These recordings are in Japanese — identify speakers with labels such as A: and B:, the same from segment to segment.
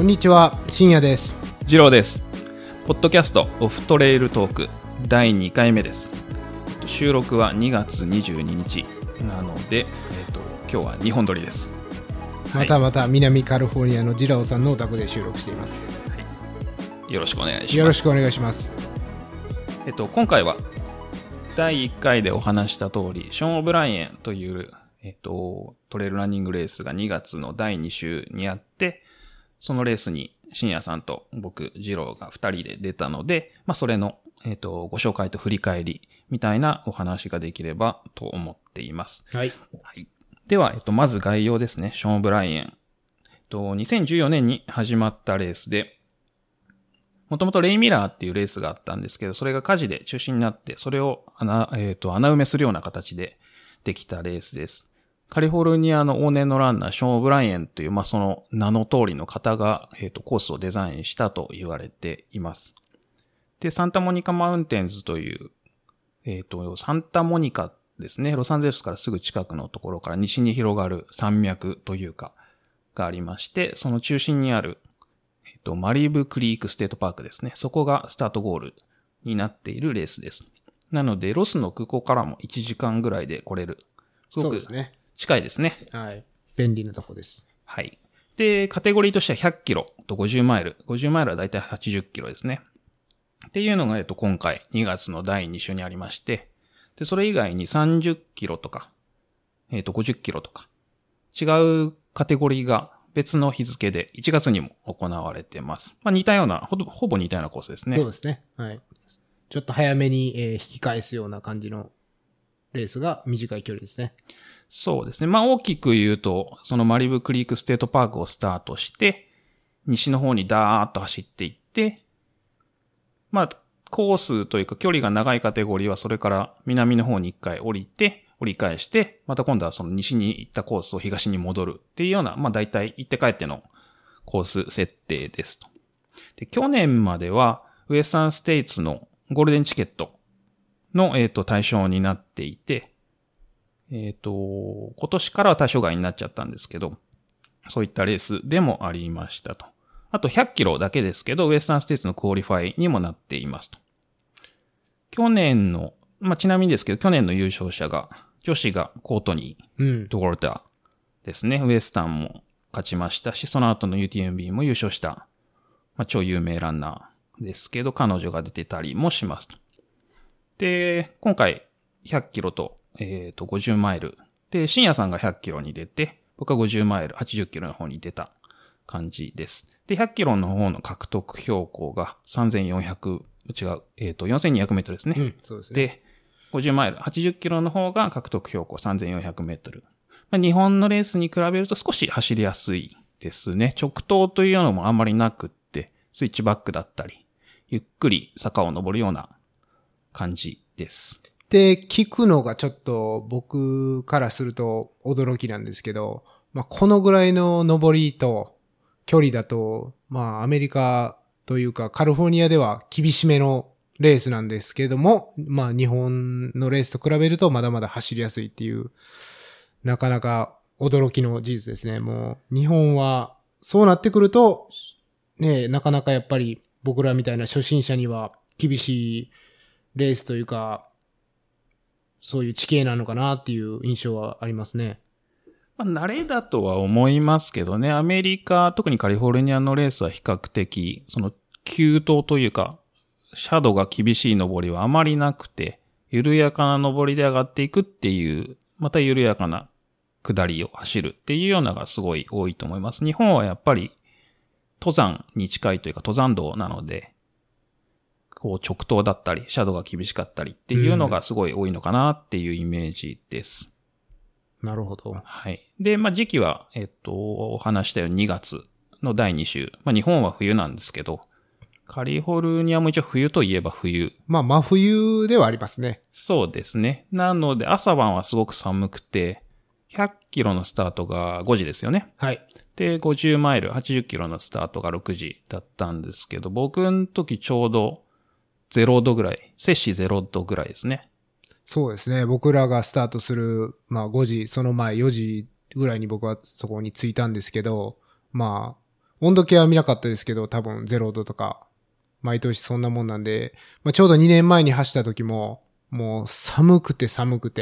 A: こんにちは、深夜です。
B: 次郎です。ポッドキャストオフトレイルトーク第2回目です。収録は2月22日なので、今日は2本撮りです。
A: また南カリフォルニアの次郎さんのお宅で収録しています。
B: はい、よろしくお願いします。
A: よろしくお願いします。
B: 今回は第1回でお話した通り、ショーン・オブライエンという、トレイルランニングレースが2月の第2週にあって、そのレースに深夜さんと僕、次郎が2人で出たので、それの、ご紹介と振り返りみたいなお話ができればと思っています。
A: はい。
B: はい、では、まず概要ですね。ショーン・オブライエン。2014年に始まったレースで、もともとレイミラーっていうレースがあったんですけど、それが火事で中止になって、それを穴埋めするような形でできたレースです。カリフォルニアの往年のランナー、ショーン・オブライエンという、その名の通りの方が、コースをデザインしたと言われています。で、サンタモニカマウンテンズという、サンタモニカですね、ロサンゼルスからすぐ近くのところから西に広がる山脈というか、がありまして、その中心にある、マリブクリークステートパークですね。そこがスタートゴールになっているレースです。なので、ロスの空港からも1時間ぐらいで来れる。
A: そうですね。
B: 近いですね。
A: はい。便利なとこです。
B: はい。で、カテゴリーとしては100キロと50マイル。50マイルはだいたい80キロですね。っていうのが、今回2月の第2週にありまして、で、それ以外に30キロとか、50キロとか、違うカテゴリーが別の日付で1月にも行われています。似たような、ほぼ似たようなコースですね。
A: そうですね。はい。ちょっと早めに、引き返すような感じのレースが短い距離ですね。
B: そうですね。大きく言うと、そのマリブクリークステートパークをスタートして、西の方にダーッと走っていって、コースというか距離が長いカテゴリーはそれから南の方に一回降りて、折り返して、また今度はその西に行ったコースを東に戻るっていうような、大体行って帰ってのコース設定ですと。で、去年まではウエスタンステイツのゴールデンチケットの、対象になっていて、今年からは対象外になっちゃったんですけど、そういったレースでもありましたと。あと100キロだけですけど、ウエスタンステイツのクオリファイにもなっていますと。去年の、ちなみにですけど、去年の優勝者が、女子がコートニー、ドゴルタですね。ウエスタンも勝ちましたし、その後の UTMB も優勝した、超有名ランナーですけど、彼女が出てたりもしますと。で、今回100キロと、50マイル。で、深夜さんが100キロに出て、僕は50マイル、80キロの方に出た感じです。で、100キロの方の獲得標高が4400、4200メートルですね。
A: そうですね。
B: で、50マイル、80キロの方が獲得標高3400メートル。日本のレースに比べると少し走りやすいですね。直投というのもあんまりなくって、スイッチバックだったり、ゆっくり坂を登るような感じです。
A: で、聞くのがちょっと僕からすると驚きなんですけど、このぐらいの登りと距離だと、アメリカというかカリフォルニアでは厳しめのレースなんですけども、日本のレースと比べるとまだまだ走りやすいっていう、なかなか驚きの事実ですね。もう日本はそうなってくると、ね、なかなかやっぱり僕らみたいな初心者には厳しいレースというか、そういう地形なのかなっていう印象はありますね。
B: 慣れだとは思いますけどね、アメリカ、特にカリフォルニアのレースは比較的、その急登というか、斜度が厳しい登りはあまりなくて、緩やかな登りで上がっていくっていう、また緩やかな下りを走るっていうようなのがすごい多いと思います。日本はやっぱり登山に近いというか登山道なので、直投だったり、斜度が厳しかったりっていうのがすごい多いのかなっていうイメージです。
A: なるほど。
B: はい。で、時期は、お話したように2月の第2週。日本は冬なんですけど、カリフォルニアも一応冬といえば冬。
A: 真冬ではありますね。
B: そうですね。なので朝晩はすごく寒くて、100キロのスタートが5時ですよね。
A: はい。
B: で、50マイル、80キロのスタートが6時だったんですけど、僕の時ちょうど0度ぐらい、摂氏0度ぐらいですね。
A: そうですね。僕らがスタートする、5時、その前4時ぐらいに僕はそこに着いたんですけど、同温度計は見なかったですけど、多分0度とか、毎年そんなもんなんで、まあ、ちょうど2年前に走った時も、もう寒くて、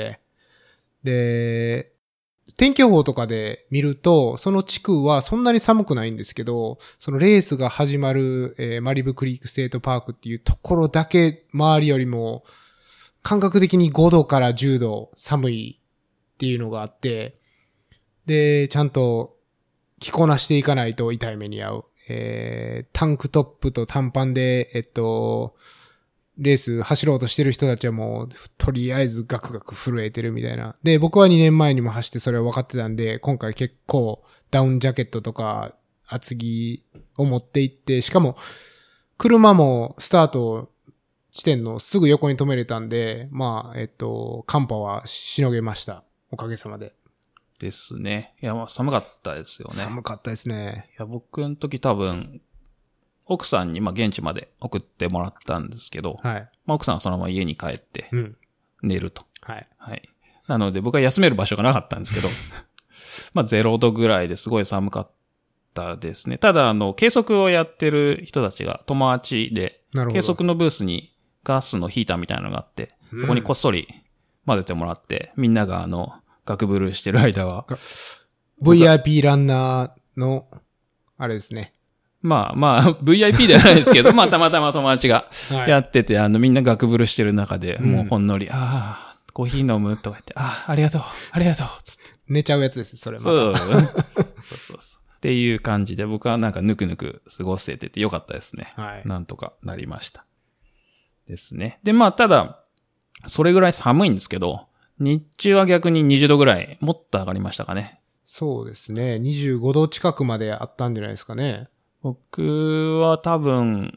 A: で、天気予報とかで見ると、その地区はそんなに寒くないんですけど、そのレースが始まる、マリブクリークステートパークっていうところだけ周りよりも感覚的に5度から10度寒いっていうのがあって、で、ちゃんと着こなしていかないと痛い目に遭う。タンクトップと短パンで、レース走ろうとしてる人たちはもう、とりあえずガクガク震えてるみたいな。で、僕は2年前にも走ってそれは分かってたんで、今回結構ダウンジャケットとか厚着を持って行って、しかも車もスタート地点のすぐ横に止めれたんで、まあ、寒波はしのげました。おかげさまで。
B: ですね。いや、まあ寒かったですよね。
A: 寒かったですね。
B: いや、僕の時多分、奥さんに、まあ、現地まで送ってもらったんですけど、
A: はい。
B: まあ、奥さんはそのまま家に帰って、寝ると。
A: はい。
B: はい。なので、僕は休める場所がなかったんですけど、まあ、0度ぐらいですごい寒かったですね。ただ、計測をやってる人たちが友達で、計測のブースにガスのヒーターみたいなのがあって、そこにこっそり混ぜてもらって、みんながガクブルしてる間は、
A: VIP ランナーの、あれですね。
B: まあ、VIP ではないですけど、まあ、たまたま友達がやってて、みんなガクブルしてる中で、もうほんのり、コーヒー飲むとか言って、ありがとう、つって。
A: 寝ちゃうやつです、それも。
B: そう。っていう感じで、僕はなんかぬくぬく過ごせててよかったですね。
A: はい。
B: なんとかなりました。ですね。で、まあ、ただ、それぐらい寒いんですけど、日中は逆に20度ぐらい、もっと上がりましたかね。
A: そうですね。25度近くまであったんじゃないですかね。
B: 僕は多分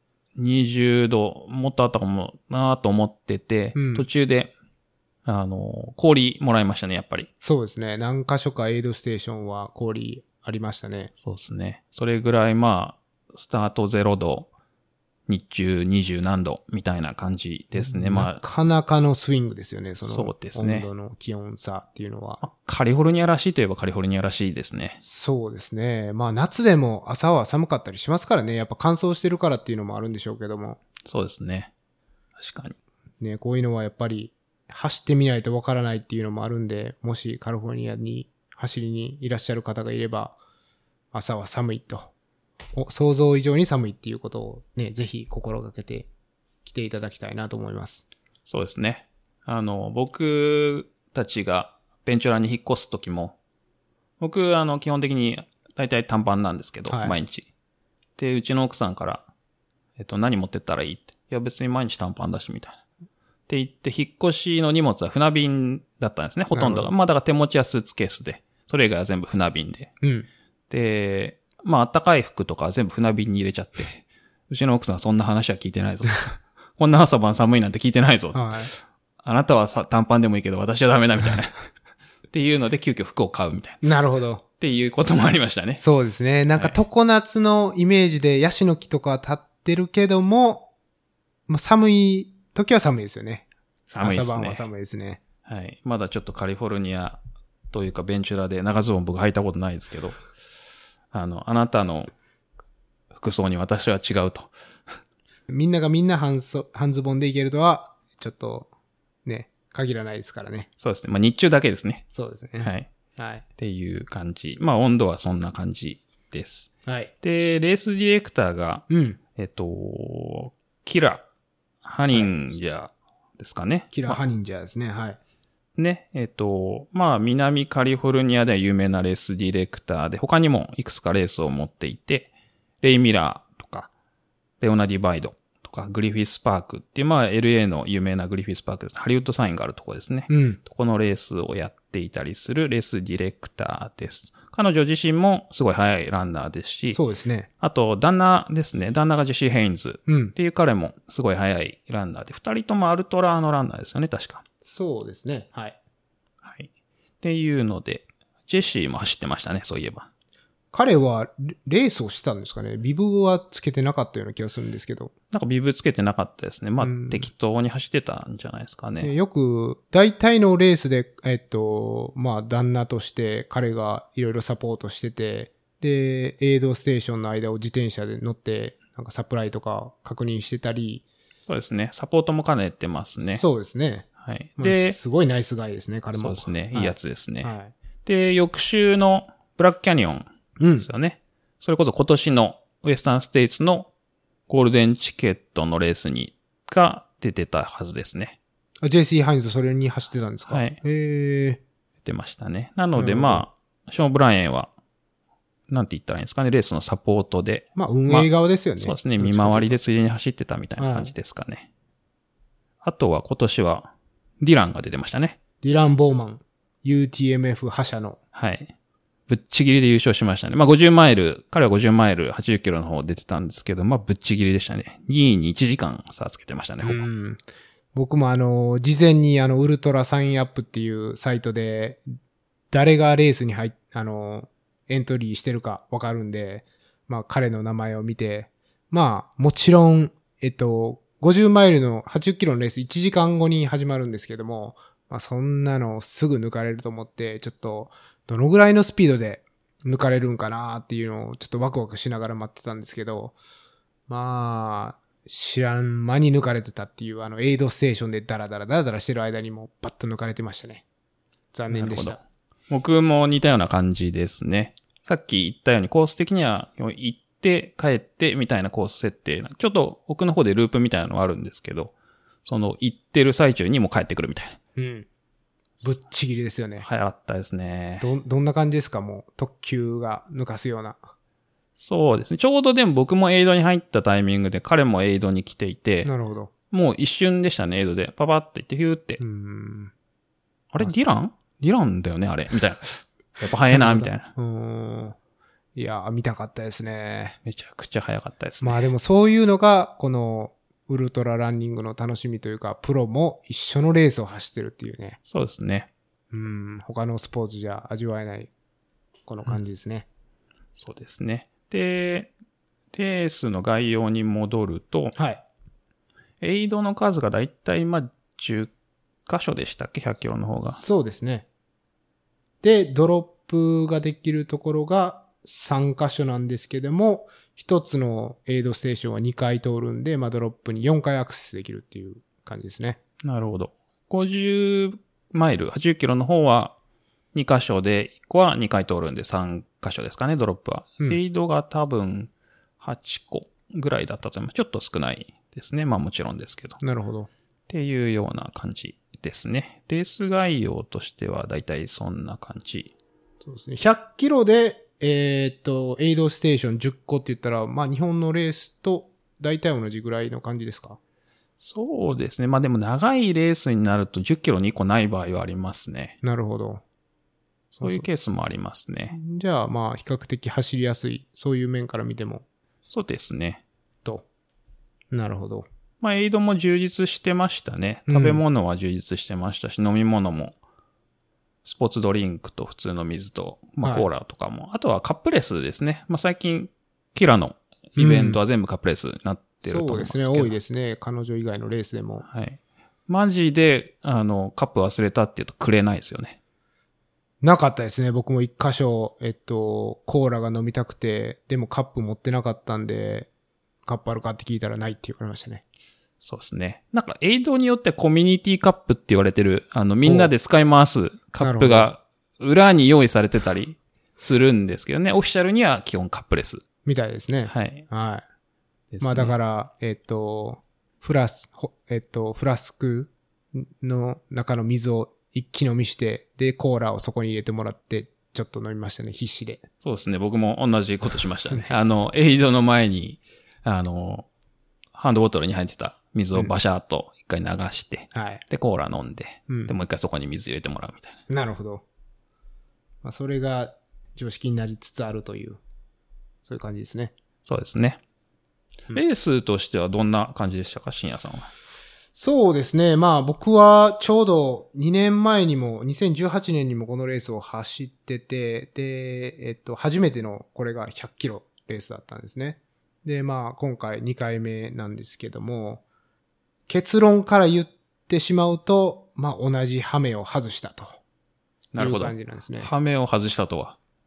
B: 20度もっとあったかもなと思ってて、途中で氷もらいましたね、やっぱり。
A: そうですね。何箇所かエイドステーションは氷ありましたね。
B: そうですね。それぐらいまあスタート0度、日中20何度みたいな感じですね。まあ
A: なかなかのスイングですよね。
B: そうですね。
A: 温度の気温差っていうのは。
B: カリフォルニアらしいといえばカリフォルニアらしいですね。
A: そうですね。まあ夏でも朝は寒かったりしますからね。やっぱ乾燥してるからっていうのもあるんでしょうけども。
B: そうですね。確かに。
A: ね、こういうのはやっぱり走ってみないとわからないっていうのもあるんで、もしカリフォルニアに走りにいらっしゃる方がいれば、朝は寒いと。想像以上に寒いっていうことをね、ぜひ心がけて来ていただきたいなと思います。
B: そうですね。僕たちがベンチュラに引っ越すときも、僕、基本的に大体短パンなんですけど、はい、毎日。で、うちの奥さんから、何持ってったらいいって。いや、別に毎日短パンだし、みたいな。って言って、引っ越しの荷物は船便だったんですね、ほとんどが。まあ、だから手持ちやスーツケースで、それ以外は全部船便で。で、まあ、暖かい服とかは全部船便に入れちゃって、うちの奥さんはそんな話は聞いてないぞ。こんな朝晩寒いなんて聞いてないぞ。はい、あなたは短パンでもいいけど、私はダメだみたいな。っていうので、急遽服を買うみたいな。
A: なるほど。
B: っていうこともありましたね。
A: そうですね。なんか常夏のイメージでヤシの木とか立ってるけども、まあ、寒い時は寒いですよね。
B: 寒いですね。
A: 朝晩は寒いですね。
B: はい。まだちょっとカリフォルニアというかベンチュラで長ズボン僕履いたことないですけど、あなたの服装に私は違うと。
A: みんながみんな半ズボンでいけるとは、ちょっとね、限らないですからね。
B: そうですね。まあ日中だけですね。
A: そうですね。
B: はい。
A: はい。
B: っていう感じ。まあ温度はそんな感じです。
A: はい。
B: で、レースディレクターが、キラ・ハニンジャーですかね。
A: キラ・ハニンジャーですね。はい。
B: ね、まあ、南カリフォルニアでは有名なレースディレクターで、他にもいくつかレースを持っていて、レイ・ミラーとか、レオナ・ディバイドとか、グリフィスパークっていう、まあ、LA の有名なグリフィスパークです。ハリウッドサインがあるところですね。このレースをやっていたりするレースディレクターです。彼女自身もすごい速いランナーですし、
A: そうですね。
B: あと、旦那ですね。旦那がジェシー・ヘインズっていう彼もすごい速いランナーで、二人ともアルトラのランナーですよね、確か。
A: そうですね。はい。
B: はい。っていうので、ジェシーも走ってましたね、そういえば。
A: 彼はレースをしてたんですかね。ビブはつけてなかったような気がするんですけど。
B: なんかビブつけてなかったですね。まあ、適当に走ってたんじゃないですかね。
A: よく、大体のレースで、まあ、旦那として彼がいろいろサポートしてて、 で、エイドステーションの間を自転車で乗って、なんかサプライとか確認してたり。
B: そうですね。サポートも兼ねてますね。
A: そうですね。
B: はい。
A: で、すごいナイスガイですね、彼も。
B: そうですね。いいやつですね。
A: はい。
B: で、翌週のブラックキャニオンですよね。それこそ今年のウエスタンステイツのゴールデンチケットのレースが出てたはずですね。
A: JC ハインズそれに走ってたんですか？
B: はい。
A: 出
B: てましたね。なのでまあ、ショーン・ブライエンは、なんて言ったらいいんですかね、レースのサポートで。
A: まあ、運営側ですよね。
B: そうですね、見回りでついでに走ってたみたいな感じですかね。あとは今年は、ディランが出てましたね。
A: ディラン・ボーマン、UTMF 覇者の。
B: はい。ぶっちぎりで優勝しましたね。まあ50マイル、彼は50マイル80キロの方出てたんですけど、まあぶっちぎりでしたね。2位に1時間差つけてましたね、ほぼ。
A: 僕も事前にウルトラサインアップっていうサイトで、誰がレースにエントリーしてるかわかるんで、まあ彼の名前を見て、まあもちろん、50マイルの80キロのレース1時間後に始まるんですけども、まあそんなのすぐ抜かれると思って、ちょっとどのぐらいのスピードで抜かれるんかなっていうのをちょっとワクワクしながら待ってたんですけど、まあ、知らん間に抜かれてたっていうエイドステーションでダラダラしてる間にもバッと抜かれてましたね。残念でした。
B: 僕も似たような感じですね。さっき言ったようにコース的には行って帰ってみたいなコース設定。ちょっと奥の方でループみたいなのがあるんですけど、その行ってる最中にも帰ってくるみたいな。
A: うん。ぶっちぎりですよね。
B: 流行ったですね。
A: どんな感じですか？もう特急が抜かすような。
B: そうですね。ちょうどでも僕もエイドに入ったタイミングで彼もエイドに来ていて。
A: なるほど。
B: もう一瞬でしたね、エイドで。パパッと行ってヒューって。あれディランだよねあれみたいな。やっぱ早いな、みたいな。
A: いや、見たかったですね。
B: めちゃくちゃ早かったですね。
A: まあでもそういうのが、この、ウルトラランニングの楽しみというか、プロも一緒のレースを走ってるっていうね。
B: そうですね。
A: 他のスポーツじゃ味わえない、この感じですね。
B: そうですね。で、レースの概要に戻ると、
A: はい。
B: エイドの数がだいたい10箇所でしたっけ ?100 キロの方が。
A: そうですね。で、ドロップができるところが3箇所なんですけども、一つのエイドステーションは2回通るんで、まあドロップに4回アクセスできるっていう感じですね。
B: なるほど。50マイル、80キロの方は2箇所で、1個は2回通るんで3箇所ですかね、ドロップは。エイドが多分8個ぐらいだったと思います。ちょっと少ないですね。まあもちろんですけど。
A: なるほど。
B: っていうような感じですね。レース概要としてはだいたいそんな感じ。
A: そうですね。100キロで、エイドステーション10個って言ったら、まあ日本のレースと大体同じぐらいの感じですか？
B: そうですね。まあでも長いレースになると10キロに1個ない場合はありますね。
A: なるほど。
B: そういうケースもありますね。
A: じゃあまあ比較的走りやすい、そういう面から見ても。
B: そうですね。
A: なるほど。
B: まあエイドも充実してましたね。食べ物は充実してましたし、飲み物もスポーツドリンクと普通の水と、まあコーラとかも。あとはカップレスですね。まあ最近、キラのイベントは全部カップレスになってると思いますけど。
A: そうですね。多いですね。彼女以外のレースでも。
B: はい。マジで、カップ忘れたって言うとくれないですよね。
A: なかったですね。僕も一箇所、コーラが飲みたくて、でもカップ持ってなかったんで、カップあるかって聞いたらないって言われましたね。
B: そうですね。なんか、エイドによってコミュニティカップって言われてる、みんなで使い回すカップが裏に用意されてたりするんですけどね。オフィシャルには基本カップレス。
A: みたいですね。
B: はい。
A: はい。まあだから、フラスクの中の水を一気飲みして、で、コーラをそこに入れてもらって、ちょっと飲みましたね、必死で。
B: そうですね。僕も同じことしましたね。エイドの前に、ハンドボトルに入ってた水をバシャーっと一回流して、はい。で、コーラ飲んで、で、もう一回そこに水入れてもらうみたい
A: な。なるほど。まあ、それが常識になりつつあるという、そういう感じですね。
B: そうですね。レースとしてはどんな感じでしたか、深夜さんは。
A: そうですね。まあ僕はちょうど2年前にも、2018年にもこのレースを走ってて、で、初めてのこれが100キロレースだったんですね。で、まあ今回2回目なんですけども、結論から言ってしまうと、まあ同じハメを外したという感じなんですね。
B: ハメを外したとは。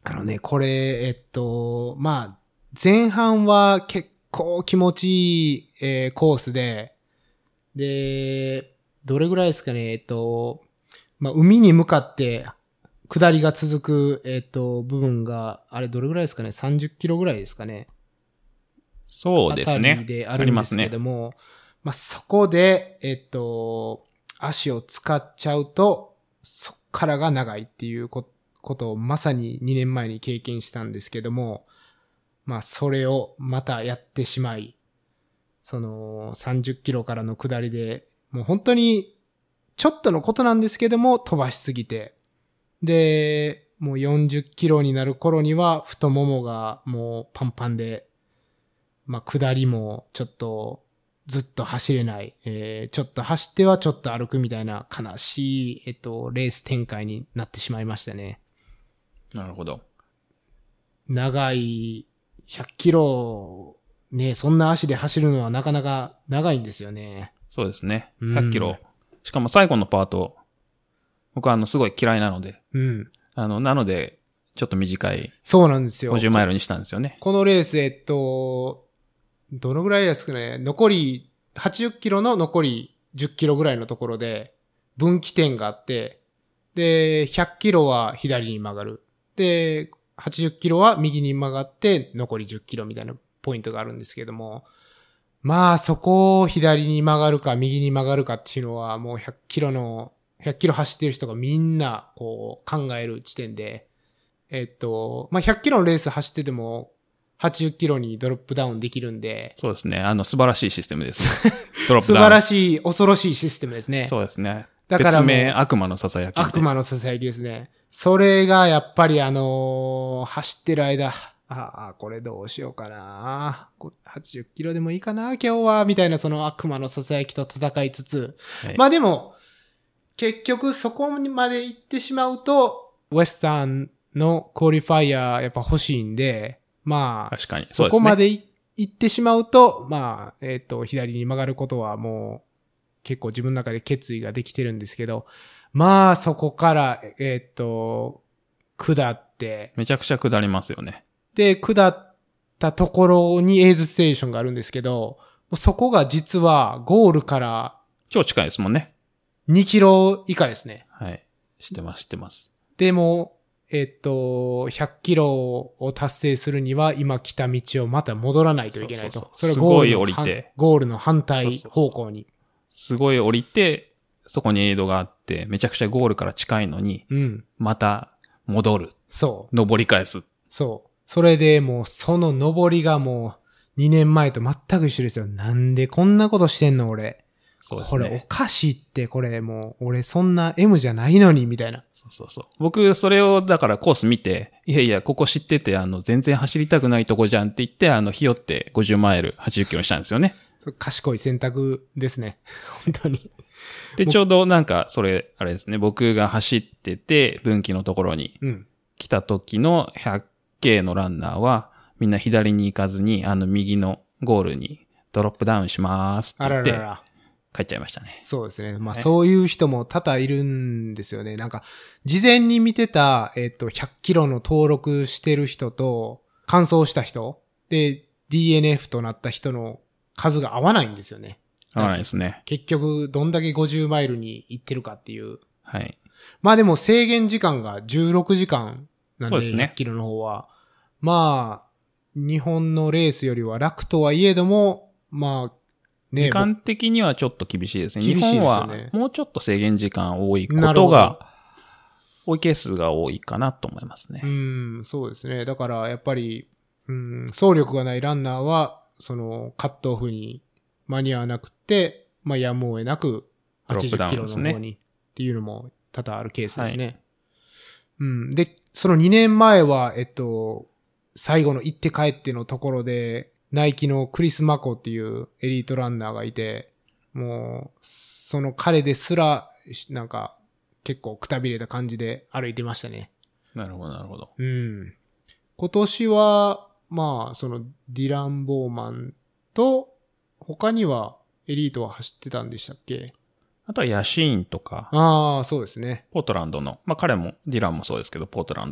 A: これ、まあ、前半は結構気持ちいい、コースで、で、どれぐらいですかね、まあ、海に向かって下りが続く、部分が、あれどれぐらいですかね、30キロぐらいですかね。
B: そうですね。
A: あたりであるんですけども、まあ、そこで、足を使っちゃうと、そっからが長いっていうことをまさに2年前に経験したんですけども、まあ、それをまたやってしまい、その30キロからの下りで、もう本当にちょっとのことなんですけども飛ばしすぎて、で、もう40キロになる頃には太ももがもうパンパンで、まあ下りもちょっとずっと走れない、ちょっと走ってはちょっと歩くみたいな悲しい、レース展開になってしまいましたね。
B: なるほど。
A: 長い100キロ、ね、そんな足で走るのはなかなか長いんですよね。
B: そうですね。100キロ。しかも最後のパート、僕はすごい嫌いなので。
A: うん。
B: なので、ちょっと短い。
A: そうなんですよ。
B: 50マイルにしたんですよね。
A: このレース、どのぐらいですかね。残り、80キロの残り10キロぐらいのところで、分岐点があって、で、100キロは左に曲がる。で、80キロは右に曲がって残り10キロみたいなポイントがあるんですけども、まあそこを左に曲がるか右に曲がるかっていうのはもう100キロ走ってる人がみんなこう考える時点で、まあ100キロのレース走ってても80キロにドロップダウンできるんで。
B: そうですね。素晴らしいシステムです。ドロップダウン。
A: 素晴らしい、恐ろしいシステムですね。
B: そうですね。
A: だから
B: 別名悪魔の囁き。
A: 悪魔の囁きですね。それがやっぱり走ってる間、これどうしようかな。80キロでもいいかな、今日は、みたいなその悪魔の囁きと戦いつつ。はい、まあでも、結局そこまで行ってしまうと、ウエスタンのクオリファイヤーやっぱ欲しいんで、まあ、
B: 確かに
A: そこまで行ってしまうと、まあ、左に曲がることはもう、結構自分の中で決意ができてるんですけど、まあそこから、下って。
B: めちゃくちゃ下りますよね。
A: で、下ったところにエイズステーションがあるんですけど、そこが実はゴールから
B: 超近いですもんね。
A: 2キロ以下ですね。
B: はい。知ってます。
A: でも、100キロを達成するには今来た道をまた戻らないといけないと。それはゴールの反対方向に。
B: すごい降りて、そこにエイドがあって、めちゃくちゃゴールから近いのに、また戻る。
A: そう。
B: 登り返す。
A: そう。それでもうその登りがもう2年前と全く一緒ですよ。なんでこんなことしてんの俺。そうですね。これおかしいってこれもう俺そんな M じゃないのにみたいな。
B: そう。僕それをだからコース見て、いやここ知ってて全然走りたくないとこじゃんって言ってひよって50マイル80キロしたんですよね。
A: 賢い選択ですね。本当に。
B: で、ちょうどなんか、それ、あれですね、僕が走ってて、分岐のところに来た時の 100K のランナーは、みんな左に行かずに、右のゴールにドロップダウンしますって言って、帰っちゃいましたね。
A: そうですね。まあ、そういう人も多々いるんですよね。なんか、事前に見てた、100キロの登録してる人と、完走した人で、DNF となった人の数が合わないんですよね。
B: 合わないですね。
A: 結局、どんだけ50マイルに行ってるかっていう。
B: はい。
A: まあでも制限時間が16時間なんで、
B: そうですね。
A: 100キロの方は。まあ、日本のレースよりは楽とはいえども、まあ、
B: ね。時間的にはちょっと厳しいですね。
A: 厳しいですよね。
B: 日本はもうちょっと制限時間多いことが、多いケースが多いかなと思いますね。
A: そうですね。だからやっぱり、走力がないランナーは、そのカットオフに間に合わなくて、まあやむを得なく80キロの方にっていうのも多々あるケースですね。はい、で、その2年前は、最後の行って帰ってのところで、ナイキのクリス・マコっていうエリートランナーがいて、もう、その彼ですら、なんか、結構くたびれた感じで歩いてましたね。
B: なるほど。
A: 今年は、まあ、そのディラン・ボーマンと、他にはエリートは走ってたんでしたっけ？
B: あとはヤシーンとか。
A: ああ、そうですね。
B: ポートランドの。まあ彼も、ディランもそうですけど、ポートランドの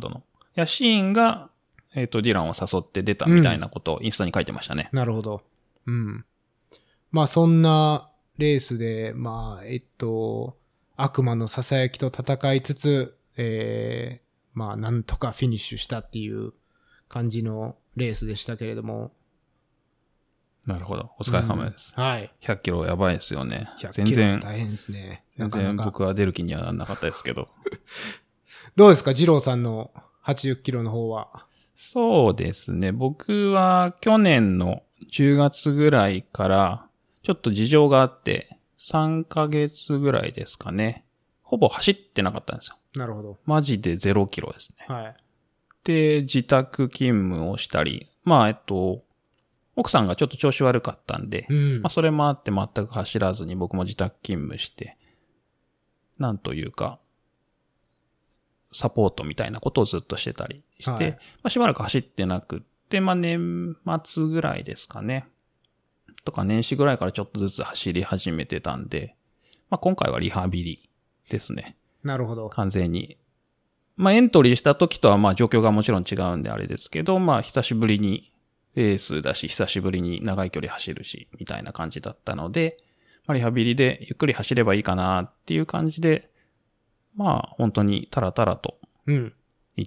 B: ヤシーンが、ディランを誘って出たみたいなことをインスタに書いてましたね。
A: なるほど。うん。まあそんなレースで、まあ、悪魔の囁きと戦いつつ、まあなんとかフィニッシュしたっていう感じのレースでしたけれども。
B: なるほど。お疲れ様です。
A: はい。
B: 100キロやばいですよね。
A: 100キロ大変ですね。
B: 全然僕は出る気にはならなかったですけど。
A: どうですか、二郎さんの80キロの方は。
B: そうですね。僕は去年の10月ぐらいからちょっと事情があって3ヶ月ぐらいですかね。ほぼ走ってなかったんですよ。
A: なるほど。
B: マジで0キロですね。
A: はい。
B: で、自宅勤務をしたり、まあ奥さんがちょっと調子悪かったんで、まあそれもあって全く走らずに僕も自宅勤務して、なんというか、サポートみたいなことをずっとしてたりして、まあしばらく走ってなくって、まあ年末ぐらいですかね。とか年始ぐらいからちょっとずつ走り始めてたんで、まあ今回はリハビリですね。
A: なるほど。
B: 完全に。まあエントリーした時とはまあ状況がもちろん違うんであれですけど、まあ久しぶりにレースだし、久しぶりに長い距離走るし、みたいな感じだったので、まあリハビリでゆっくり走ればいいかなっていう感じで、まあ本当にタラタラと行って、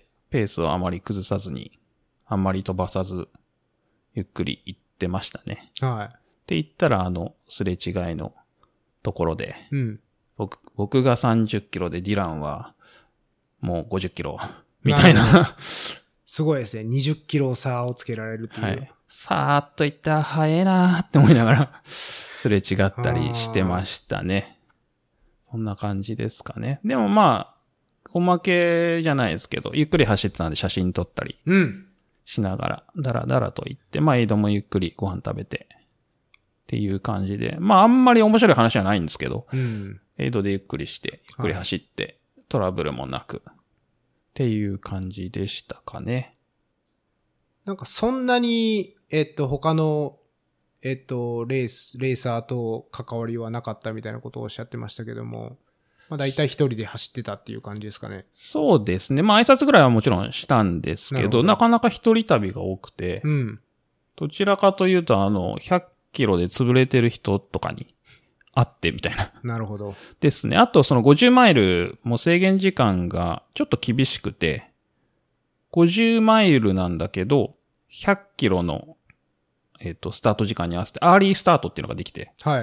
B: ペースをあまり崩さずに、あんまり飛ばさず、ゆっくり行ってましたね。
A: はい。
B: って言ったらすれ違いのところで、
A: うん
B: 僕が30キロでディランはもう50キロみたいな。
A: すごいですね。20キロ差をつけられるっていう。はい。
B: さーっといったら早いなーって思いながらすれ違ったりしてましたね。そんな感じですかね。でもまあ、おまけじゃないですけど、ゆっくり走ってたんで写真撮ったりしながら、だらだらと行って、まあエイドもゆっくりご飯食べてっていう感じで、まああんまり面白い話はないんですけど、エイドでゆっくりして、ゆっくり走って、トラブルもなくっていう感じでしたかね。
A: なんかそんなに、他の、レーサーと関わりはなかったみたいなことをおっしゃってましたけども、まあ大体一人で走ってたっていう感じですかね。
B: そうですね。まあ挨拶ぐらいはもちろんしたんですけど、なかなか一人旅が多くて、どちらかというと100キロで潰れてる人とかに会ってみたいな。
A: なるほど。
B: ですね。あとその50マイルも制限時間がちょっと厳しくて、50マイルなんだけど、100キロの、スタート時間に合わせて、アーリースタートっていうのができて。
A: はい。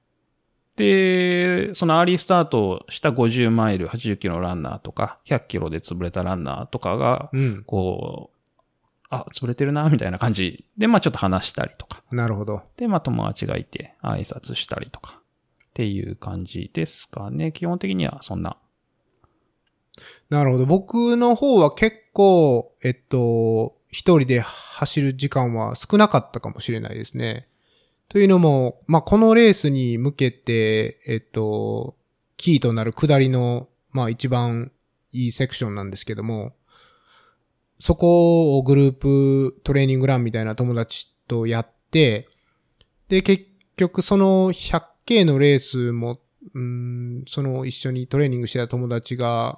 B: で、そのアーリースタートをした50マイル、80キロのランナーとか、100キロで潰れたランナーとかが、こう、潰れてるな、みたいな感じで、まあちょっと話したりとか。
A: なるほど。
B: で、まあ友達がいて、挨拶したりとか。っていう感じですかね。基本的にはそんな。
A: なるほど。僕の方は結構、一人で走る時間は少なかったかもしれないですね。というのも、まあ、このレースに向けて、キーとなる下りの、まあ、一番いいセクションなんですけども、そこをグループトレーニングランみたいな友達とやって、で、結局その100K のレースも、その一緒にトレーニングしてた友達が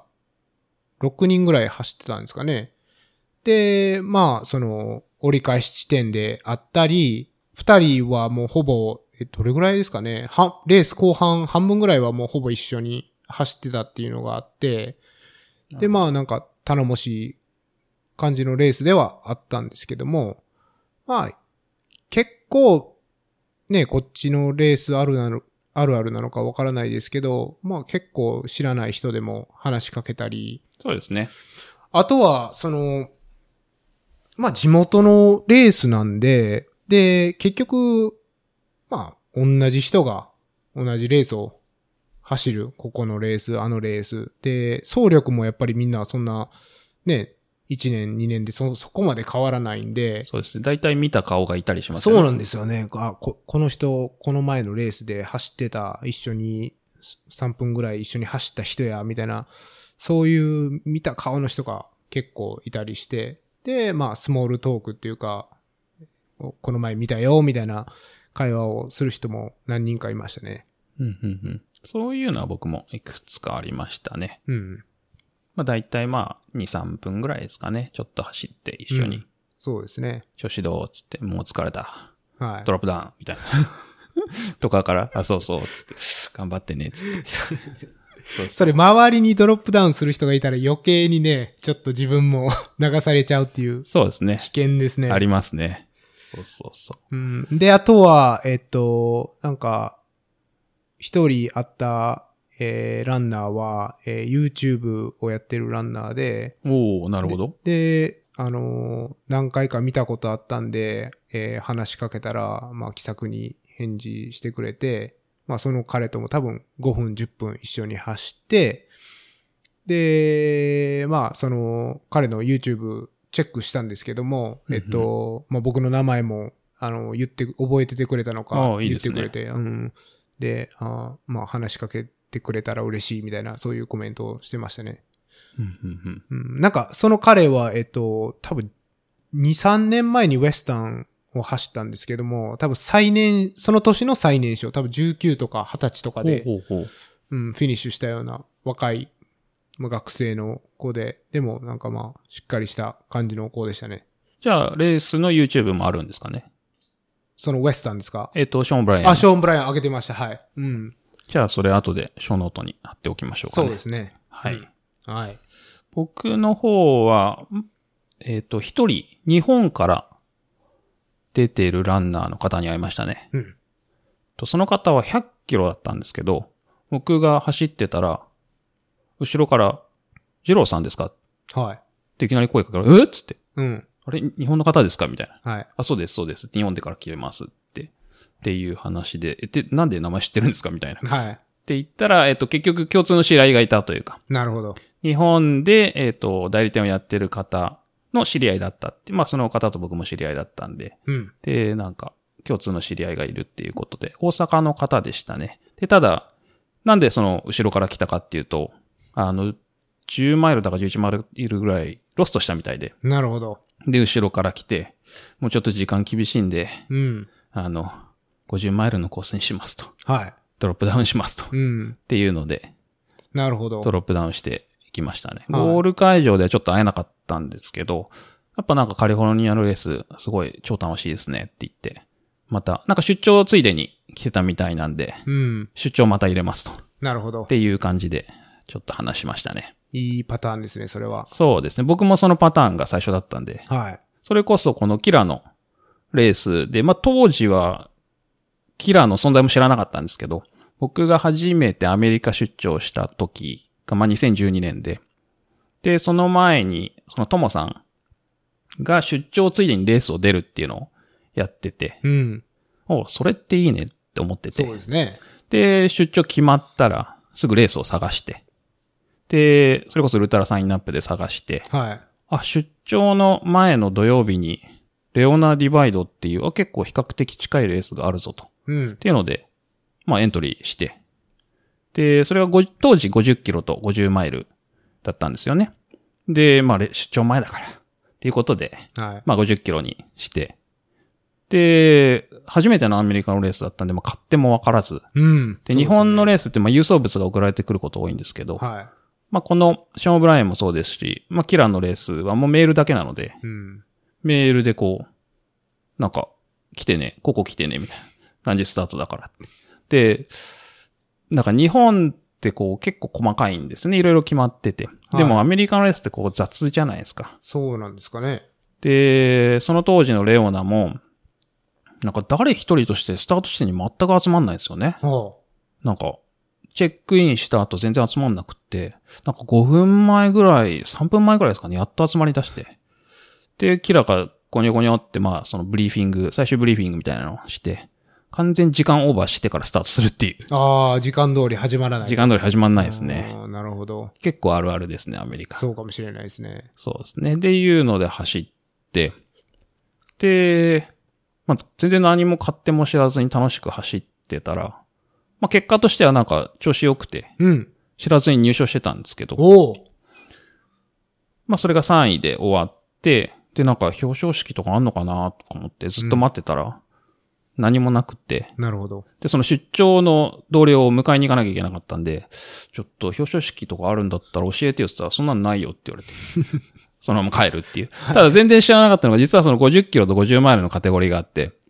A: 6人ぐらい走ってたんですかね。で、まあ、その折り返し地点であったり、2人はもうほぼ、どれぐらいですかね。レース後半半分ぐらいはもうほぼ一緒に走ってたっていうのがあって、で、まあなんか頼もしい感じのレースではあったんですけども、まあ、結構、ね、こっちのレースあるあるなのかわからないですけど、まあ結構知らない人でも話しかけたり。
B: そうですね。
A: あとは、まあ地元のレースなんで、で、結局、まあ同じ人が同じレースを走る。ここのレース、あのレース。で、走力もやっぱりみんなそんな、ね、1年、2年でそこまで変わらないんで。
B: そうですね。大体見た顔がいたりしますよね。
A: そうなんですよね。この人、この前のレースで走ってた、一緒に3分ぐらい一緒に走った人や、みたいな、そういう見た顔の人が結構いたりして、で、まあ、スモールトークっていうか、この前見たよ、みたいな会話をする人も何人かいましたね。
B: そういうのは僕もいくつかありましたね。 まあ大体まあ2、3分ぐらいですかね。ちょっと走って一緒に。
A: そうですね。
B: 調子どうつって、もう疲れた。
A: はい。
B: ドロップダウンみたいな。とかから、あ、そうそう、つって、頑張ってね、つって。
A: それ周りにドロップダウンする人がいたら余計にね、ちょっと自分も流されちゃうっていう。
B: そうですね。
A: 危険ですね。
B: ありますね。そうそうそう。
A: うん。で、あとは、なんか、一人会った、ランナーは、YouTube をやってるランナーで、
B: おー、なるほど。
A: で、何回か見たことあったんで、話しかけたら、まあ、気さくに返事してくれて、まあ、その彼とも多分5分、10分一緒に走って、で、まあ、その、彼の YouTube チェックしたんですけども、まあ、僕の名前も、覚えててくれたのか、
B: いいですね。
A: 言ってくれて、うん。で、まあ、話しかけてくれたら嬉しいみたいな、そういうコメントをしてましたね。なんか、その彼は、多分、2、3年前にウエスタンを走ったんですけども、多分その年の最年少、多分19とか20歳とかで、フィニッシュしたような若い、学生の子で、でもなんかまあ、しっかりした感じの子でしたね。
B: じゃあ、レースの YouTube もあるんですかね？
A: そのウエスタンですか？
B: ショーン・ブライアン。
A: ショーン・ブライアン上げてました。はい。うん。
B: じゃあ、それ後でショーノートに貼っておきましょうかね。
A: そうですね。
B: はい。
A: はい。
B: 僕の方は、一人、日本から出ているランナーの方に会いましたね。その方は100キロだったんですけど、僕が走ってたら、後ろから、ジローさんですか？
A: はい。
B: っていきなり声かけられ、っつって。
A: あ
B: れ、日本の方ですかみたい
A: な。はい。
B: あ、そうです、そうです。日本でから来てますっていう話で、なんで名前知ってるんですかみたいな。
A: はい。
B: って言ったら、結局共通の知り合いがいたというか。
A: なるほど。
B: 日本で、代理店をやってる方の知り合いだったって。まあ、その方と僕も知り合いだったんで。で、なんか、共通の知り合いがいるっていうことで、大阪の方でしたね。で、ただ、なんでその後ろから来たかっていうと、10マイルだか11マイルぐらいロストしたみたいで。
A: なるほど。
B: で、後ろから来て、もうちょっと時間厳しいんで、50マイルのコースにしますと。
A: はい。
B: ドロップダウンしますと。っていうので、
A: なるほど。
B: ドロップダウンしていきましたね。ゴール会場ではちょっと会えなかったんですけど、やっぱなんかカリフォルニアのレース、すごい超楽しいですねって言って、また、なんか出張ついでに来てたみたいなんで、出張また入れますと。
A: なるほど。
B: っていう感じで、ちょっと話しましたね。
A: いいパターンですね、それは。
B: そうですね。僕もそのパターンが最初だったんで。
A: はい。
B: それこそこのキラのレースで、まあ当時はキラの存在も知らなかったんですけど、僕が初めてアメリカ出張した時が、まあ2012年で、で、その前に、そのトモさんが出張ついでにレースを出るっていうのをやってて、それっていいねって思ってて。
A: そうですね。
B: で、出張決まったら、すぐレースを探して、で、それこそウルトラサインナップで探して、
A: はい。
B: 出張の前の土曜日に、レオナディバイドっていう、結構比較的近いレースがあるぞと。っていうので、まあエントリーして。で、それは当時50キロと50マイルだったんですよね。で、まあ出張前だから。っていうことで、
A: はい。
B: まあ50キロにして。で、初めてのアメリカのレースだったんで、まあ買ってもわからず。で、日本のレースってまあ郵送物が送られてくること多いんですけど、
A: はい。
B: まあこのショーン・オブライアンもそうですし、まあキラーのレースはもうメールだけなので、メールでこう、なんか、来てね、ここ来てね、みたいな。何時スタートだから。で、なんか日本ってこう結構細かいんですね。いろいろ決まってて。でもアメリカのレースってこう雑じゃないですか。
A: そうなんですかね。
B: で、その当時のレオナも、なんか誰一人としてスタート地点に全く集まんないですよね。なんか、チェックインした後全然集まんなくって、なんか5分前ぐらい、3分前ぐらいですかね、やっと集まり出して。で、キラがゴニョゴニョって、まあ、そのブリーフィング、最終ブリーフィングみたいなのをして、完全時間オーバーしてからスタートするっていう。
A: 時間通り始まらない。
B: 時間通り始まらないですね。
A: なるほど。
B: 結構あるあるですね、アメリカ。
A: そうかもしれないですね。
B: そうですね。で、いうので走って、で、まあ、全然何も買っても知らずに楽しく走ってたら、まあ、結果としてはなんか調子良くて、知らずに入賞してたんですけど、まあ、それが3位で終わって、で、なんか表彰式とかあんのかなとか思ってずっと待ってたら、 何もなくて。
A: なるほど。
B: で、その出張の同僚を迎えに行かなきゃいけなかったんで、ちょっと表彰式とかあるんだったら教えてよって言ったら、そんなのないよって言われて。そのまま帰るっていう。ただ全然知らなかったのが、実はその50キロと50マイルのカテゴリーがあって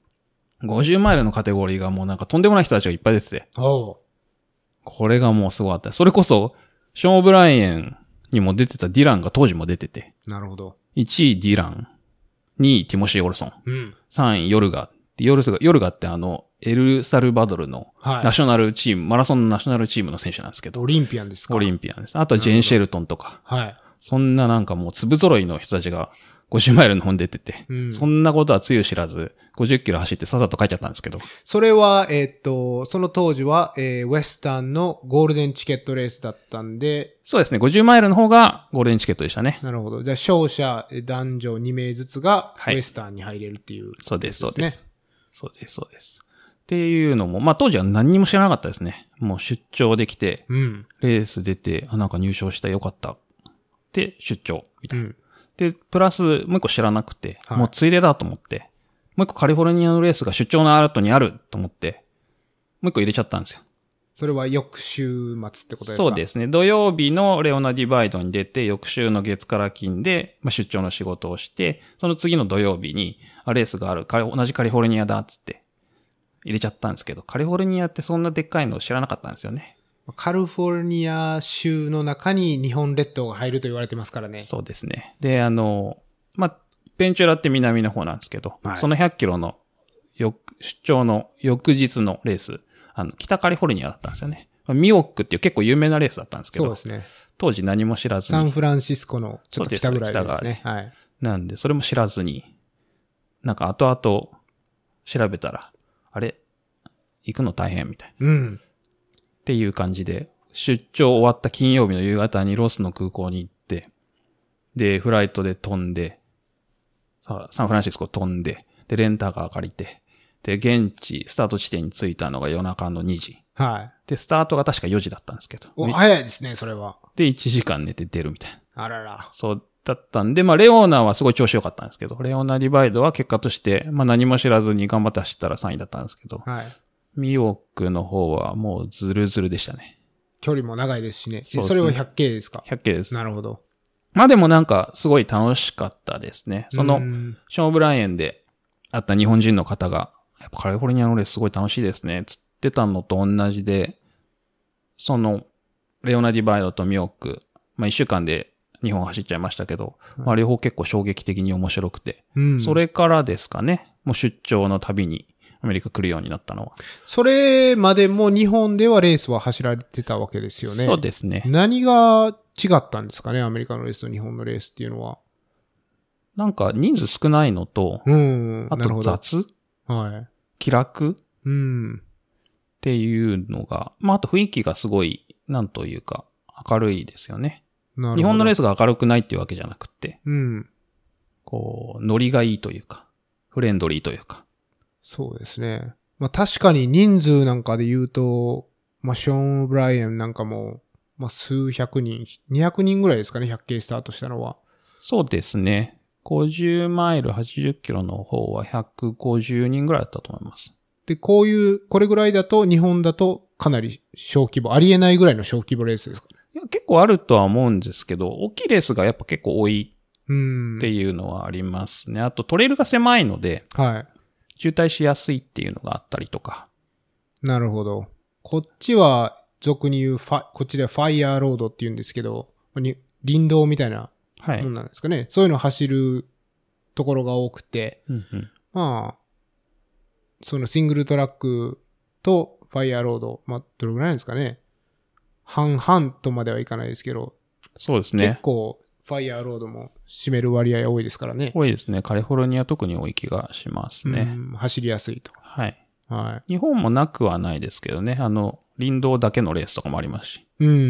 B: 、50マイルのカテゴリーがもうなんかとんでもない人たちがいっぱい出てて。これがもうすごかった。それこそ、ショーン・オブライエンにも出てたディランが当時も出てて。
A: なるほど。
B: 1位ディラン、2位ティモシー・オルソン、
A: うん、
B: 3位ヨルガ。ヨルガってエルサルバドルのナショナルチーム、マラソンのナショナルチームの選手なんですけど。
A: オリンピアンですか？
B: オリンピアンです。あとはジェーン・シェルトンとか。
A: はい。
B: そんななんかもう粒揃いの人たちが50マイルの方に出てて、そんなことはつゆ知らず、50キロ走ってさっさと帰っちゃったんですけど。
A: それは、その当時は、ウェスタンのゴールデンチケットレースだったんで。
B: そうですね。50マイルの方がゴールデンチケットでしたね。
A: なるほど。じゃあ、勝者、男女2名ずつが、ウェスタンに入れるっていう、
B: そうです、そうです。そうです、そうです。っていうのも、まあ当時は何にも知らなかったですね。もう出張できて、レース出て、なんか入賞したよかった。で、出張、みたいな。で、プラス、もう一個知らなくて、もうついでだと思って、もう一個カリフォルニアのレースが出張の後にあると思って、もう一個入れちゃったんですよ。
A: それは翌週末ってことですか？
B: そうですね。土曜日のレオナディバイドに出て、翌週の月から金で、出張の仕事をして、その次の土曜日に、レースがある、同じカリフォルニアだっつって、入れちゃったんですけど、カリフォルニアってそんなでっかいの知らなかったんですよね。
A: カリフォルニア州の中に日本列島が入ると言われてますからね。
B: そうですね。で、ベンチュラって南の方なんですけど、その100キロの出張の翌日のレース、北カリフォルニアだったんですよね。ミオックっていう結構有名なレースだったんですけど、
A: そうですね。
B: 当時何も知らずに。
A: サンフランシスコのちょっと北ぐらいですね。はい。
B: なんで、それも知らずに、なんか後々調べたら、あれ行くの大変みたいな。っていう感じで、出張終わった金曜日の夕方にロスの空港に行って、で、フライトで飛んで、サンフランシスコ飛んで、で、レンタカー借りて、で、現地、スタート地点に着いたのが夜中の2時。
A: はい。
B: で、スタートが確か4時だったんですけど。
A: 早いですね、それは。
B: で、1時間寝て出るみたいな。
A: あらら。
B: そうだったんで、レオーナはすごい調子良かったんですけど、レオーナディバイドは結果として、何も知らずに頑張って走ったら3位だったんですけど、
A: はい。
B: ミオックの方はもうズルズルでしたね。
A: 距離も長いですしね。それは 100K ですか？
B: 100K です。
A: なるほど。
B: でもなんかすごい楽しかったですね。その、ショーン・オブライエンで会った日本人の方が、やっぱカリフォルニアのレースすごい楽しいですね、つってたのと同じで、その、レオナディバイドとミオック、1週間で2本走っちゃいましたけど、両方結構衝撃的に面白くて、それからですかね、もう出張の旅にアメリカ来るようになったのは。
A: それまでも日本ではレースは走られてたわけですよね。
B: そうですね。
A: 何が違ったんですかね、アメリカのレースと日本のレースっていうのは。
B: なんか人数少ないのと、あと雑？
A: はい。
B: 気楽？っていうのが、あと雰囲気がすごい、なんというか、明るいですよね。日本のレースが明るくないっていうわけじゃなくて、こう、ノリがいいというか、フレンドリーというか。
A: そうですね。確かに人数なんかで言うと、ショーン・オブライエンなんかも、数百人、200人ぐらいですかね、100K スタートしたのは。
B: そうですね。50マイル80キロの方は150人ぐらいだったと思います。
A: で、これぐらいだと、日本だとかなり小規模、ありえないぐらいの小規模レースですか？
B: いや、結構あるとは思うんですけど、大きいレースがやっぱ結構多いっていうのはありますね。あとトレイルが狭いので、
A: はい。
B: 渋滞しやすいっていうのがあったりとか。
A: なるほど。こっちは、俗に言うこっちではファイヤーロードって言うんですけど、林道みたいなもんなんですかね。そういうのを走るところが多くて、そのシングルトラックとファイヤーロード、どれぐらいなんですかね。半々とまではいかないですけど、
B: そうですね。
A: 結構、ファイヤーロードも占める割合多いですからね。
B: 多いですね。カリフォルニア特に多い気がしますね。
A: 走りやすいと。
B: はい。はい。日本もなくはないですけどね。林道だけのレースとかもありますし。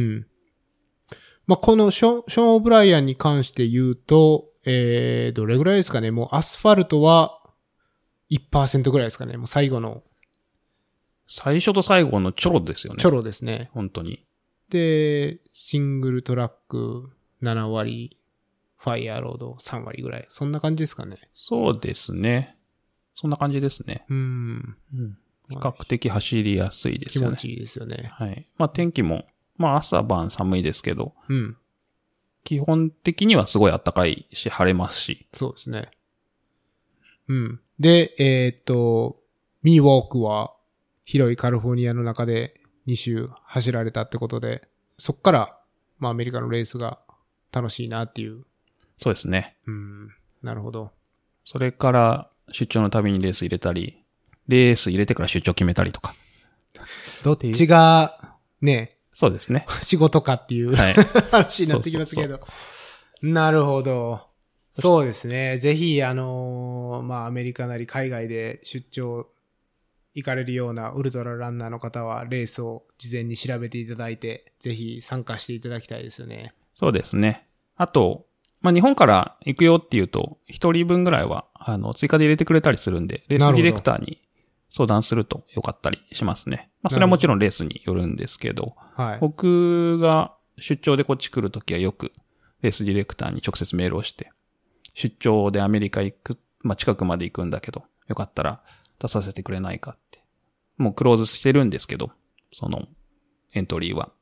A: このショーン・オブライアンに関して言うと、どれぐらいですかね。もうアスファルトは 1% ぐらいですかね。もう最後の。
B: 最初と最後のチョロですよね。
A: チョロですね。
B: 本当に。
A: で、シングルトラック7割、ファイヤーロード3割ぐらい。そんな感じですかね。
B: そうですね。 そんな感じですね。比較的走りやすいですよね。
A: 気持ちいいですよね。
B: はい。まあ天気も、まあ朝晩寒いですけど、
A: うん。
B: 基本的にはすごい暖かいし、晴れますし。
A: そうですね。うん。で、ミーウォークは広いカリフォルニアの中で2周走られたってことで、そっから、まあアメリカのレースが楽しいなっていう。
B: そうですね。
A: なるほど。
B: それから出張のたびにレース入れたり、レース入れてから出張決めたりとか。
A: どっちが、ね、
B: そうですね。
A: 仕事かっていう、
B: はい、
A: 話になってきますけど。なるほど。そうですね。ぜひ、まあ、アメリカなり海外で出張行かれるようなウルトラランナーの方は、レースを事前に調べていただいて、ぜひ参加していただきたいですよね。
B: そうですね。あと、まあ、日本から行くよっていうと、一人分ぐらいは、追加で入れてくれたりするんで、レースディレクターに相談するとよかったりしますね。まあ、それはもちろんレースによるんですけど、
A: はい、
B: 僕が出張でこっち来るときはよく、レースディレクターに直接メールをして、出張でアメリカ行く、まあ、近くまで行くんだけど、よかったら出させてくれないかって。もうクローズしてるんですけど、そのエントリーは。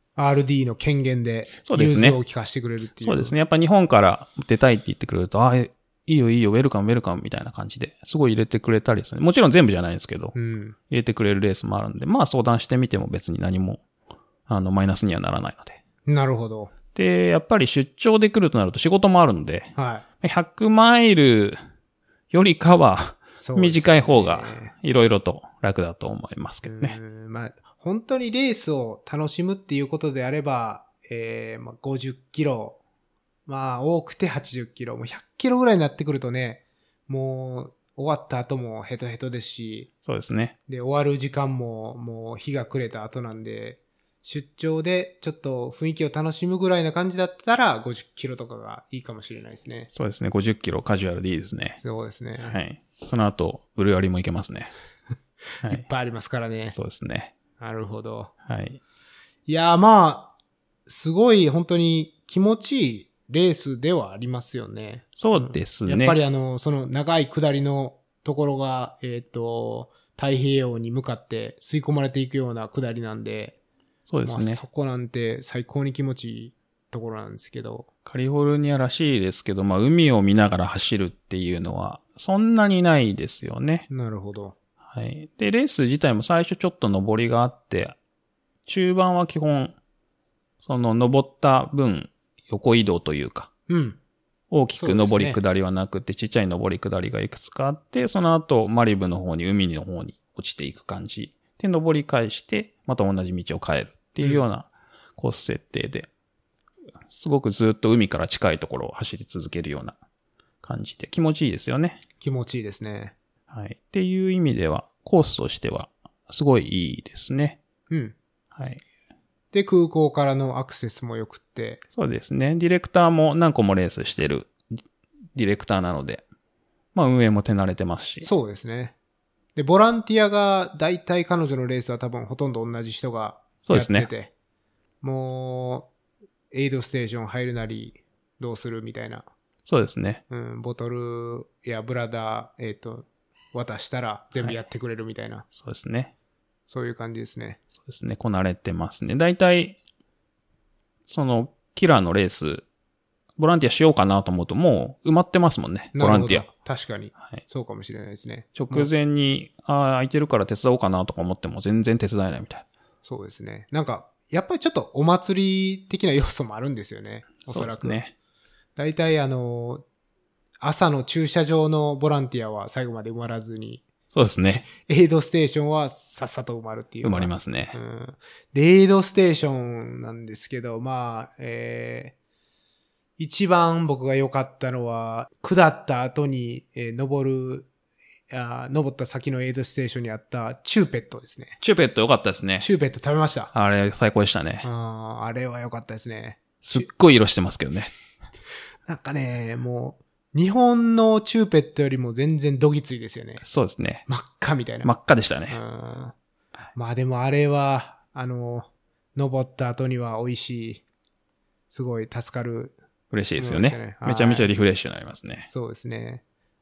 A: RD の権限で、融通を聞かせてくれるっていう。
B: そうですね。やっぱ日本から出たいって言ってくれると、いいよいいよ、ウェルカムウェルカムみたいな感じで、すごい入れてくれたりですね。もちろん全部じゃないんですけど、入れてくれるレースもあるんで、まあ相談してみても別に何も、マイナスにはならないので。
A: なるほど。
B: で、やっぱり出張で来るとなると仕事もあるので、
A: はい。
B: 100マイルよりかは、短い方がいろいろと楽だと思いますけどね。
A: まあ、本当にレースを楽しむっていうことであれば、まあ、50キロ、まあ多くて80キロ、もう100キロぐらいになってくるとね、もう終わった後もヘトヘトですし、
B: そうですね。
A: で、終わる時間ももう日が暮れた後なんで、出張でちょっと雰囲気を楽しむぐらいな感じだったら50キロとかがいいかもしれないですね。
B: そうですね。50キロカジュアルでいいですね。
A: そうですね。
B: はい。その後、ブルーアリもいけますね。
A: はい、いっぱいありますからね。
B: そうですね。
A: なるほど。
B: はい。
A: いや、まあ、すごい本当に気持ちいいレースではありますよね。
B: そうですね。
A: やっぱりその長い下りのところが、太平洋に向かって吸い込まれていくような下りなんで、
B: そうですね。まあ、
A: そこなんて最高に気持ちいいところなんですけど。
B: カリフォルニアらしいですけど、まあ海を見ながら走るっていうのはそんなにないですよね。
A: なるほど。
B: はい。で、レース自体も最初ちょっと上りがあって、中盤は基本、その上った分横移動というか、大きく上り下りはなくて、ちっちゃい上り下りがいくつかあって、その後マリブの方に海の方に落ちていく感じで、上り返して、また同じ道を変えるっていうようなコース設定で、すごくずっと海から近いところを走り続けるような感じで気持ちいいですよね。
A: 気持ちいいですね。
B: はい。っていう意味では、コースとしてはすごいいいですね。はい。
A: で、空港からのアクセスも良くって。
B: そうですね。ディレクターも何個もレースしてるディレクターなので、まあ運営も手慣れてますし。
A: そうですね。で、ボランティアが大体彼女のレースは多分ほとんど同じ人がやってて、そうですね。もう、エイドステーション入るなりどうするみたいな。
B: そうですね。
A: ボトルやブラダー、渡したら全部やってくれるみたいな。
B: そうですね。
A: そういう感じですね。
B: そうですね。こなれてますね。大体、その、キラーのレース、ボランティアしようかなと思うと、もう埋まってますもんね。ボランティア。
A: 確かに。はい。そうかもしれないですね。
B: 直前に、空いてるから手伝おうかなとか思っても全然手伝えないみたいな。
A: そうですね。なんか、やっぱりちょっとお祭り的な要素もあるんですよね。おそらく。そうですね。大体朝の駐車場のボランティアは最後まで埋まらずに。
B: そうですね。
A: エイドステーションはさっさと埋まるっていう。
B: 埋まりますね。
A: で、エイドステーションなんですけど、まあ、一番僕が良かったのは、下った後に、登った先のエイドステーションにあったチューペットですね。
B: チューペット良かったですね。
A: チューペット食べました。
B: あれ最高でしたね。
A: あれは良かったですね。
B: すっごい色してますけどね。
A: なんかね、もう、日本のチューペットよりも全然どぎついですよね。
B: そうですね。
A: 真っ赤みたいな。
B: 真っ赤でしたね。
A: まあでもあれは、登った後には美味しい、すごい助かる。
B: 嬉しいですよね。めちゃめちゃリフレッシュになりますね。
A: そうですね。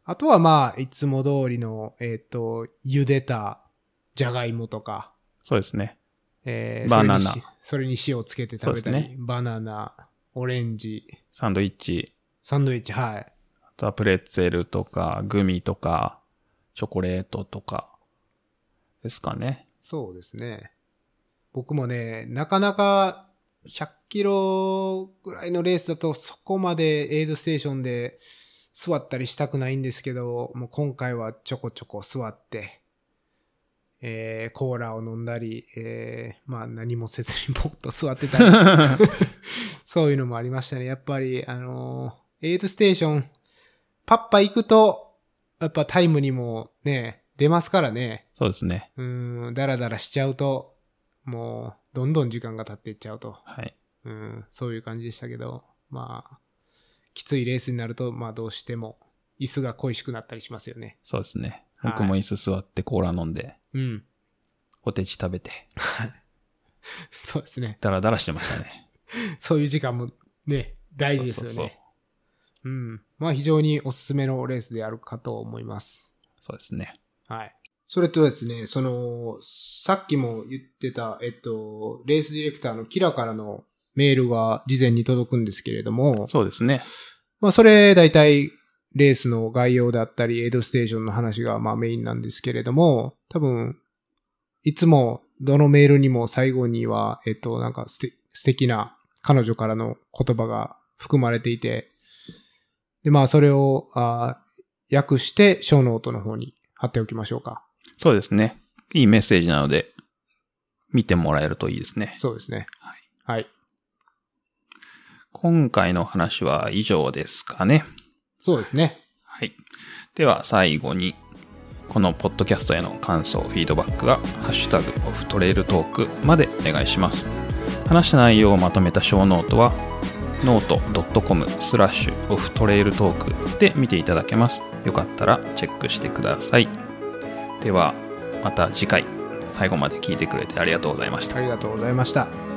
A: あとはまあ、いつも通りの、茹でたじゃがいもとか、
B: そうですね。
A: バ
B: バナナ。
A: それに塩つけて食べたり、
B: そうです
A: バナナ、オレンジ、
B: サンドイッチ。
A: サンドイッチ、はい。
B: あとはプレッツェルとか、グミとか、チョコレートとか、ですかね。
A: そうですね。僕もね、なかなか100キロぐらいのレースだとそこまでエイドステーションで座ったりしたくないんですけど、もう今回はちょこちょこ座って、コーラを飲んだり、まあ何もせずにぼーっと座ってたり、そういうのもありましたね。やっぱり、エイドステーション、パッパ行くと、やっぱタイムにもね、出ますからね。
B: そうですね。
A: だらだらしちゃうと、もう、どんどん時間が経っていっちゃうと。
B: はい。
A: そういう感じでしたけど、まあ、きついレースになると、まあどうしても、椅子が恋しくなったりしますよね。
B: そうですね。
A: はい
B: 僕も椅子座ってコーラ飲んで、
A: うん。
B: ポテチ食べて、
A: そうですね。
B: ダラダラしてましたね。
A: そういう時間もね、大事ですよね。
B: そうそうそう
A: まあ非常におすすめのレースであるかと思います。
B: そうですね。
A: はい。それとですね、さっきも言ってた、レースディレクターのキラからのメールが事前に届くんですけれども、
B: そうですね。
A: まあそれ大体レースの概要だったり、エイドステーションの話がまあメインなんですけれども、多分、いつもどのメールにも最後には、なんか素敵な彼女からの言葉が含まれていて、で、まあそれを訳してショーノートの方に貼っておきましょうか。
B: そうですね。いいメッセージなので、見てもらえるといいですね。
A: そうですね。
B: はい。
A: はい。
B: 今回の話は以上ですかね。
A: そうですね。
B: はい。では最後に、このポッドキャストへの感想、フィードバックは、ハッシュタグオフトレイルトークまでお願いします。話した内容をまとめた小ノートは、note.com/off trail talk で見ていただけます。よかったらチェックしてください。では、また次回、最後まで聞いてくれてありがとうございました。
A: ありがとうございました。